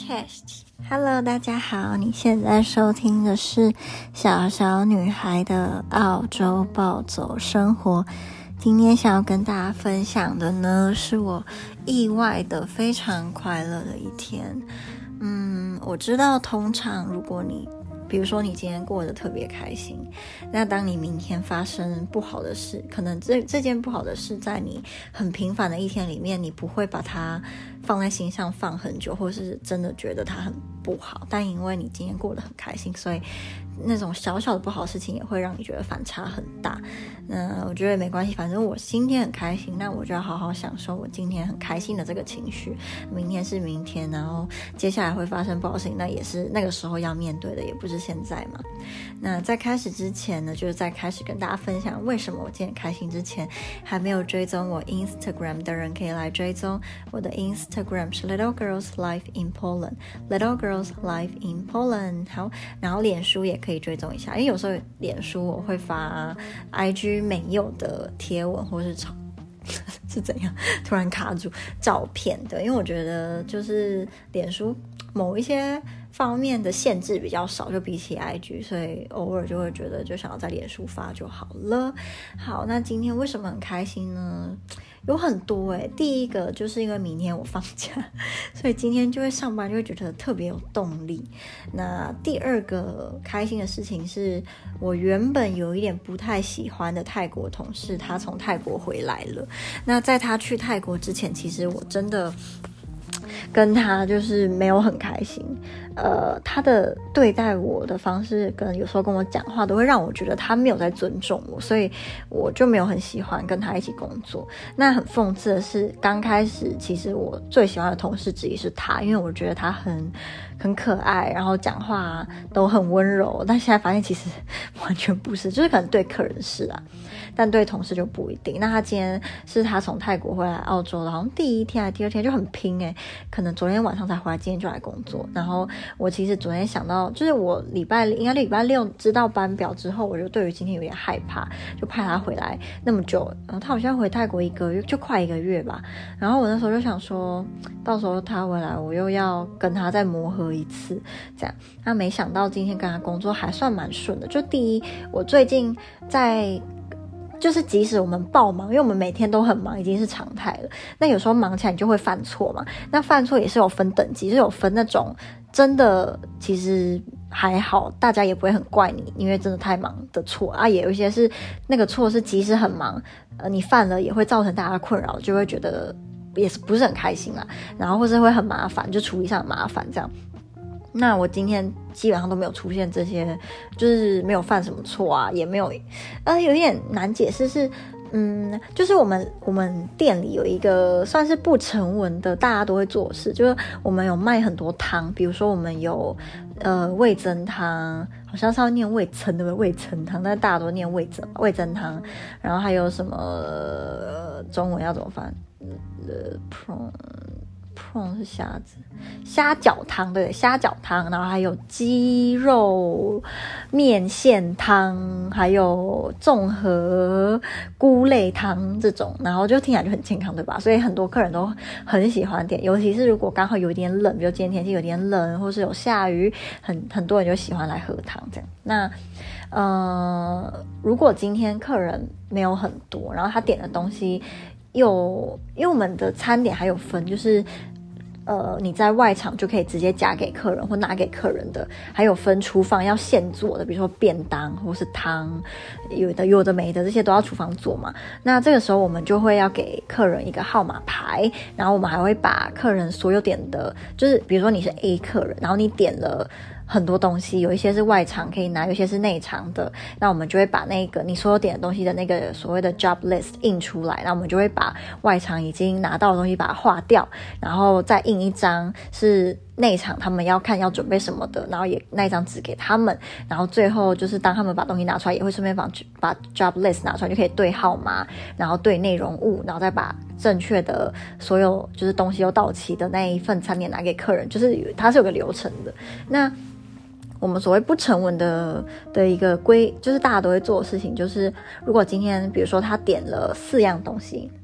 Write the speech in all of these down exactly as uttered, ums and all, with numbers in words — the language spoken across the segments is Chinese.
Podcast。Hello， 大家好，你现在收听的是小小女孩的澳洲暴走生活。今天想要跟大家分享的呢，是我意外的非常快乐的一天。嗯，我知道通常如果你比如说你今天过得特别开心，那当你明天发生不好的事，可能这这件不好的事在你很平凡的一天里面，你不会把它放在心上放很久，或是真的觉得它很不好，但因为你今天过得很开心，所以那种小小的不好的事情也会让你觉得反差很大。那我觉得没关系，反正我今天很开心，那我就要好好享受我今天很开心的这个情绪。明天是明天，然后接下来会发生不好的事情，那也是那个时候要面对的，也不是现在嘛。那在开始之前呢，就是在开始跟大家分享为什么我今天开心之前，还没有追踪我 Instagram 的人可以来追踪我的 Instagram 是 Little Girls Life in Poland Little Girls Life in Poland。 好，然后脸书也可以追踪一下，因为有时候脸书我会发 I G 没有的贴文或是超是怎样突然卡住照片的，因为我觉得就是脸书某一些方面的限制比较少，就比起 I G， 所以偶尔就会觉得就想要在脸书发就好了。好，那今天为什么很开心呢？有很多耶、欸、第一个就是因为明天我放假，所以今天就会上班，就会觉得特别有动力。那第二个开心的事情是我原本有一点不太喜欢的泰国同事，他从泰国回来了。那在他去泰国之前，其实我真的跟他就是没有很开心，呃，他的对待我的方式跟有时候跟我讲话都会让我觉得他没有在尊重我，所以我就没有很喜欢跟他一起工作。那很讽刺的是，刚开始其实我最喜欢的同事之一是他，因为我觉得他很很可爱，然后讲话都很温柔，但现在发现其实完全不是，就是可能对客人是啊，但对同事就不一定。那他今天是他从泰国回来澳洲的，好像第一天还是第二天就很拼欸，可能昨天晚上才回来，今天就来工作。然后我其实昨天想到，就是我礼拜应该礼拜六知道班表之后，我就对于今天有点害怕，就怕他回来那么久，呃、他好像回泰国一个月，就快一个月吧。然后我那时候就想说，到时候他回来，我又要跟他再磨合一次，这样。那没想到今天跟他工作还算蛮顺的。就第一，我最近在。就是即使我们爆忙，因为我们每天都很忙，已经是常态了。那有时候忙起来你就会犯错嘛。那犯错也是有分等级，就有分那种真的其实还好，大家也不会很怪你，因为真的太忙的错啊。也有一些是那个错是即使很忙，呃，你犯了也会造成大家的困扰，就会觉得也是不是很开心啦。然后或是会很麻烦，就处理上很麻烦这样。那我今天基本上都没有出现这些，就是没有犯什么错啊，也没有，呃，有点难解释是，嗯，就是我们我们店里有一个算是不成文的，大家都会做的事，就是我们有卖很多汤，比如说我们有呃味噌汤，好像是要念味噌的味噌汤，但是大家都念味噌味噌汤，然后还有什么、呃、中文要怎么翻？呃 prawn prawn 是虾子，虾饺汤，对，虾饺汤，然后还有鸡肉面线汤，还有综合菇类汤这种，然后就听起来就很健康，对吧？所以很多客人都很喜欢点，尤其是如果刚好有点冷，比如今天天气有点冷，或是有下雨，很很多人就喜欢来喝汤这样。那呃，如果今天客人没有很多，然后他点的东西有，因为我们的餐点还有分，就是呃你在外场就可以直接夹给客人或拿给客人的，还有分厨房要现做的，比如说便当或是汤，有的有的没的，这些都要厨房做嘛。那这个时候我们就会要给客人一个号码牌，然后我们还会把客人所有点的，就是比如说你是 A 客人，然后你点了很多东西，有一些是外场可以拿，有一些是内场的，那我们就会把那个你所有点的东西的那个所谓的 job list 印出来，那我们就会把外场已经拿到的东西把它划掉，然后再印一张是内场他们要看要准备什么的，然后也那一张纸给他们，然后最后就是当他们把东西拿出来，也会顺便把把 job list 拿出来，就可以对号码，然后对内容物，然后再把正确的所有就是东西又到齐的那一份餐点拿给客人，就是它是有个流程的。那我们所谓不成文的的一个规，就是大家都会做的事情，就是如果今天比如说他点了四样东西，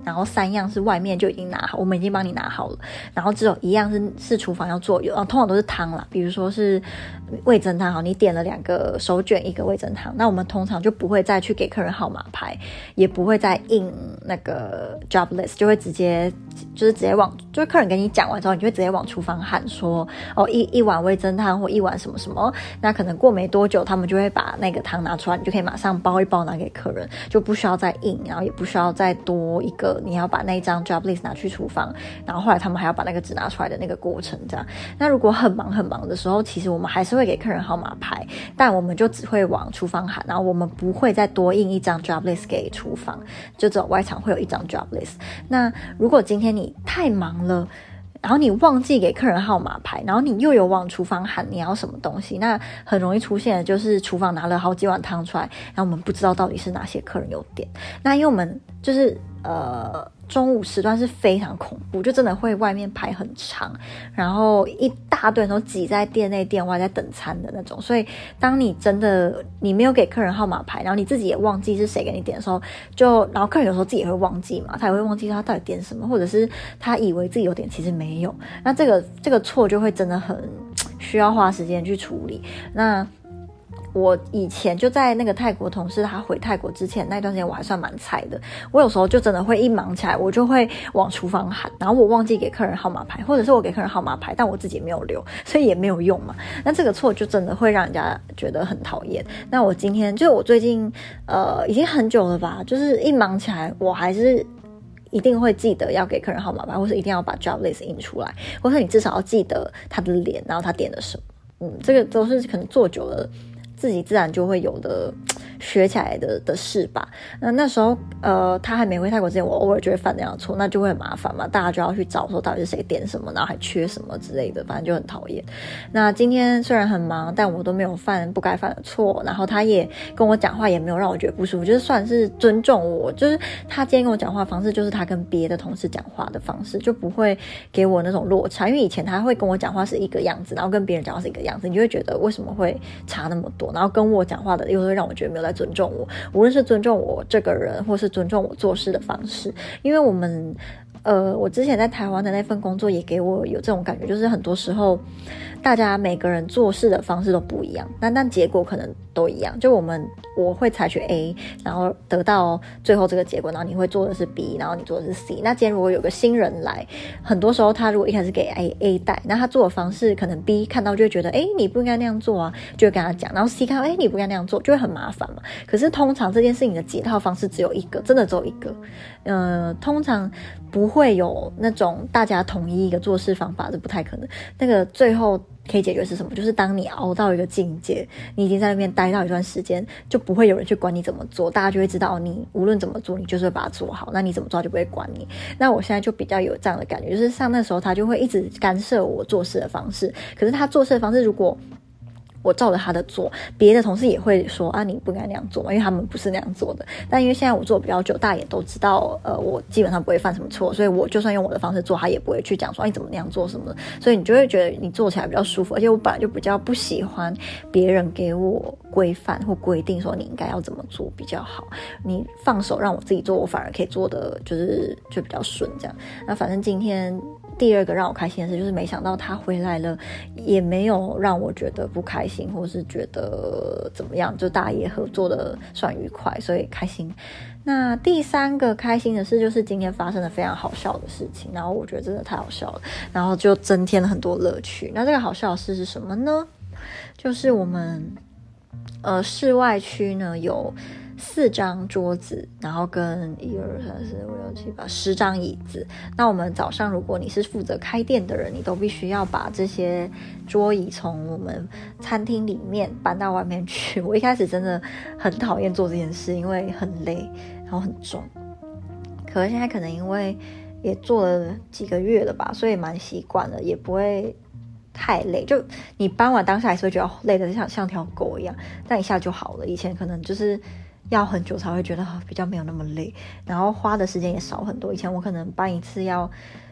然后三样是外面就已经拿好，我们已经帮你拿好了，然后只有一样是是厨房要做，有、啊、通常都是汤啦，比如说是味噌汤，好，你点了两个手卷一个味噌汤，那我们通常就不会再去给客人号码牌，也不会再印那个 job list， 就会直接就是直接往，就是客人跟你讲完之后，你就会直接往厨房喊说，哦，一一碗味噌汤或一碗什么什么，那可能过没多久他们就会把那个汤拿出来，你就可以马上包一包拿给客人，就不需要再印，然后也不需要再多一个你要把那一张 job list 拿去厨房，然后后来他们还要把那个纸拿出来的那个过程这样。那如果很忙很忙的时候，其实我们还是会给客人号码牌，但我们就只会往厨房喊，然后我们不会再多印一张 job list 给厨房，就只有外场会有一张 job list。那如果今天你太忙了，然后你忘记给客人号码牌，然后你又有往厨房喊你要什么东西，那很容易出现的就是厨房拿了好几碗汤出来，然后我们不知道到底是哪些客人有点。那因为我们就是呃中午时段是非常恐怖，就真的会外面排很长，然后一大堆人都挤在店内店外在等餐的那种，所以当你真的你没有给客人号码牌，然后你自己也忘记是谁给你点的时候，就然后客人有时候自己也会忘记嘛，他也会忘记他到底点什么，或者是他以为自己有点其实没有，那这个这个错就会真的很需要花时间去处理。那我以前就在那个泰国同事他回泰国之前那段时间我还算蛮菜的，我有时候就真的会一忙起来我就会往厨房喊，然后我忘记给客人号码牌，或者是我给客人号码牌但我自己没有留，所以也没有用嘛，那这个错就真的会让人家觉得很讨厌。那我今天就是我最近呃已经很久了吧，就是一忙起来我还是一定会记得要给客人号码牌，或是一定要把 job list 印出来，或是你至少要记得他的脸，然后他点了什么，嗯，这个都是可能做久了自己自然就会有的学起来的的事吧。那那时候呃他还没回泰国之前，我偶尔就会犯这样的错，那就会很麻烦嘛，大家就要去找说到底是谁点什么，然后还缺什么之类的，反正就很讨厌。那今天虽然很忙，但我都没有犯不该犯的错，然后他也跟我讲话也没有让我觉得不舒服，就是算是尊重我，就是他今天跟我讲话的方式就是他跟别的同事讲话的方式，就不会给我那种落差，因为以前他会跟我讲话是一个样子，然后跟别人讲话是一个样子，你就会觉得为什么会差那么多，然后跟我讲话的又会让我觉得没有在尊重我，无论是尊重我这个人或是尊重我做事的方式。因为我们呃，我之前在台湾的那份工作也给我有这种感觉，就是很多时候大家每个人做事的方式都不一样，但但结果可能都一样，就我们我会采取 A， 然后得到最后这个结果，然后你会做的是 B， 然后你做的是 C。 那今天如果有个新人来，很多时候他如果一开始给 A, A 带，那他做的方式可能 B 看到就会觉得诶你不应该那样做啊，就会跟他讲，然后 C 看到诶你不应该那样做，就会很麻烦嘛。可是通常这件事情的解套方式只有一个，真的只有一个，呃，通常不会有那种大家统一一个做事方法，这不太可能。那个最后可以解决是什么？就是当你熬到一个境界，你已经在那边待到一段时间，就不会有人去管你怎么做，大家就会知道你无论怎么做你就是会把它做好，那你怎么做就不会管你。那我现在就比较有这样的感觉，就是像那时候他就会一直干涉我做事的方式，可是他做事的方式如果我照着他的做，别的同事也会说啊你不应该那样做嘛，因为他们不是那样做的。但因为现在我做比较久，大家也都知道呃，我基本上不会犯什么错，所以我就算用我的方式做，他也不会去讲说、啊、你怎么那样做什么的，所以你就会觉得你做起来比较舒服。而且我本来就比较不喜欢别人给我规范或规定说你应该要怎么做比较好，你放手让我自己做，我反而可以做的就是就比较顺这样。那反正今天第二个让我开心的事就是没想到他回来了，也没有让我觉得不开心或是觉得怎么样，就大家也合作的算愉快，所以开心。那第三个开心的事就是今天发生了非常好笑的事情，然后我觉得真的太好笑了，然后就增添了很多乐趣。那这个好笑的事是什么呢？就是我们呃室外区呢有四张桌子，然后跟一二三四五六七八十张椅子。那我们早上如果你是负责开店的人，你都必须要把这些桌椅从我们餐厅里面搬到外面去。我一开始真的很讨厌做这件事，因为很累然后很重，可是现在可能因为也做了几个月了吧，所以蛮习惯了，也不会太累。就你搬完当下还是会觉得累得像像条狗一样，但一下就好了。以前可能就是要很久才会觉得比较没有那么累，然后花的时间也少很多。以前我可能搬一次要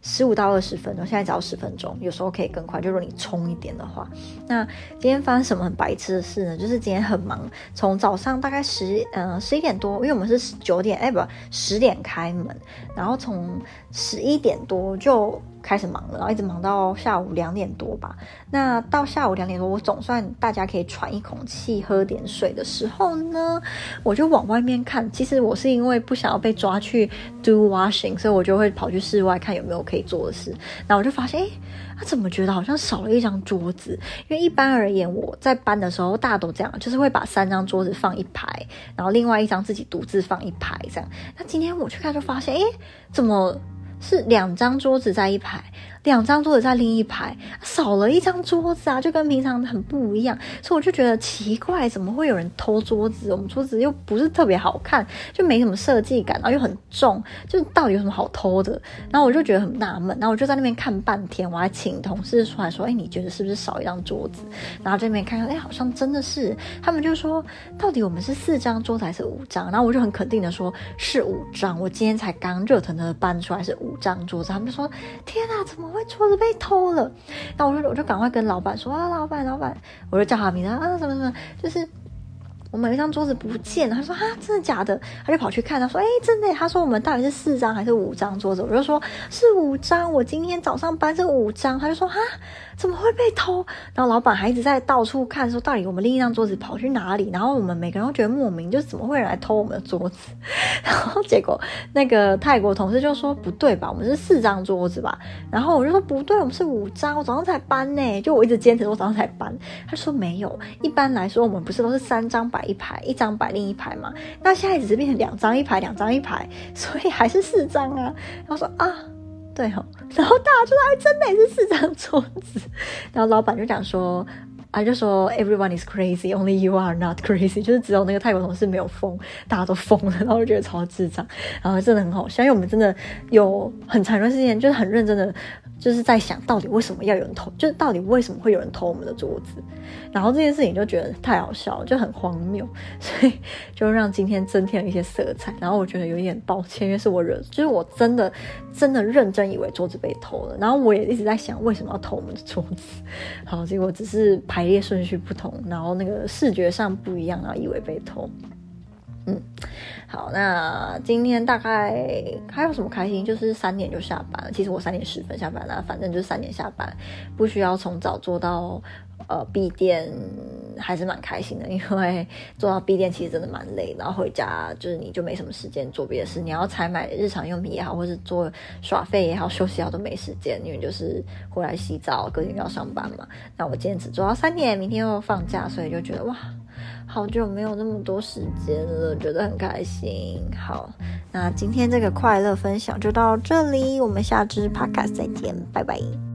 十五到二十分钟，现在只要十分钟，有时候可以更快，就如果你冲一点的话。那今天发生什么很白痴的事呢？就是今天很忙，从早上大概十呃十一点多，因为我们是九点，哎不十点开门，然后从十一点多就开始忙了，然后一直忙到下午两点多吧。那到下午两点多，我总算大家可以喘一口气、喝点水的时候呢，我就往外面看。其实我是因为不想要被抓去 do washing， 所以我就会跑去室外看有没有可以做的事。然后我就发现，哎，他怎么觉得好像少了一张桌子？因为一般而言，我在搬的时候，大家都这样，就是会把三张桌子放一排，然后另外一张自己独自放一排这样。那今天我去看就发现，哎，怎么是两张桌子在一排，两张桌子在另一排，少了一张桌子啊，就跟平常很不一样。所以我就觉得奇怪，怎么会有人偷桌子？我们桌子又不是特别好看，就没什么设计感，然后又很重，就到底有什么好偷的？然后我就觉得很纳闷，然后我就在那边看半天，我还请同事出来说，哎，你觉得是不是少一张桌子？然后这边看看，哎，好像真的是。他们就说，到底我们是四张桌子还是五张？然后我就很肯定的说，是五张。我今天才刚热腾腾的搬出来，是五张桌子。他们就说，天啊，怎么会桌子被偷了？然后我就我就赶快跟老板说啊，老板老板，我就叫他名字啊，什么什么，就是我们有一张桌子不见了。他说啊，真的假的？他就跑去看，他说哎，真的耶。他说我们到底是四张还是五张桌子？我就说是五张，我今天早上搬是五张。他就说啊，怎么会被偷？然后老板还一直在到处看，说到底我们另一张桌子跑去哪里？然后我们每个人都觉得莫名，就是怎么会有人来偷我们的桌子？然后结果那个泰国同事就说不对吧，我们是四张桌子吧？然后我就说不对，我们是五张，我早上才搬呢。就我一直坚持我早上才搬。他说没有，一般来说我们不是都是三张摆一排，一张摆另一排嘛？那现在只是变成两张一排，两张一排，所以还是四张啊。然后说啊。对哦，然后大家就说哎，真的也是四张桌子。然后老板就讲说啊，就说 everyone is crazy, only you are not crazy， 就是只有那个泰国同事没有疯，大家都疯了。然后我就觉得超智障，然后真的很好笑，因为我们真的有很长一段时间就是很认真的，就是在想到底为什么要有人偷，就是到底为什么会有人偷我们的桌子。然后这件事情就觉得太好笑了，就很荒谬，所以就让今天增添了一些色彩。然后我觉得有一点抱歉，因为是我惹，就是我真的真的认真以为桌子被偷了，然后我也一直在想为什么要偷我们的桌子。好，结果只是排列顺序不同，然后那个视觉上不一样，然后以为被偷。嗯，好，那今天大概还有什么开心？就是三点就下班了。其实我三点十分下班了，反正就是三点下班，不需要从早做到呃闭店，还是蛮开心的。因为做到闭店其实真的蛮累，然后回家就是你就没什么时间做别的事，你要采买日常用品也好，或是做耍废也好，休息也好都没时间，因为就是回来洗澡，隔天要上班嘛。那我今天只做到三点，明天又放假，所以就觉得哇。好久没有那么多时间了，觉得很开心。好，那今天这个快乐分享就到这里，我们下支 podcast 再见，拜拜。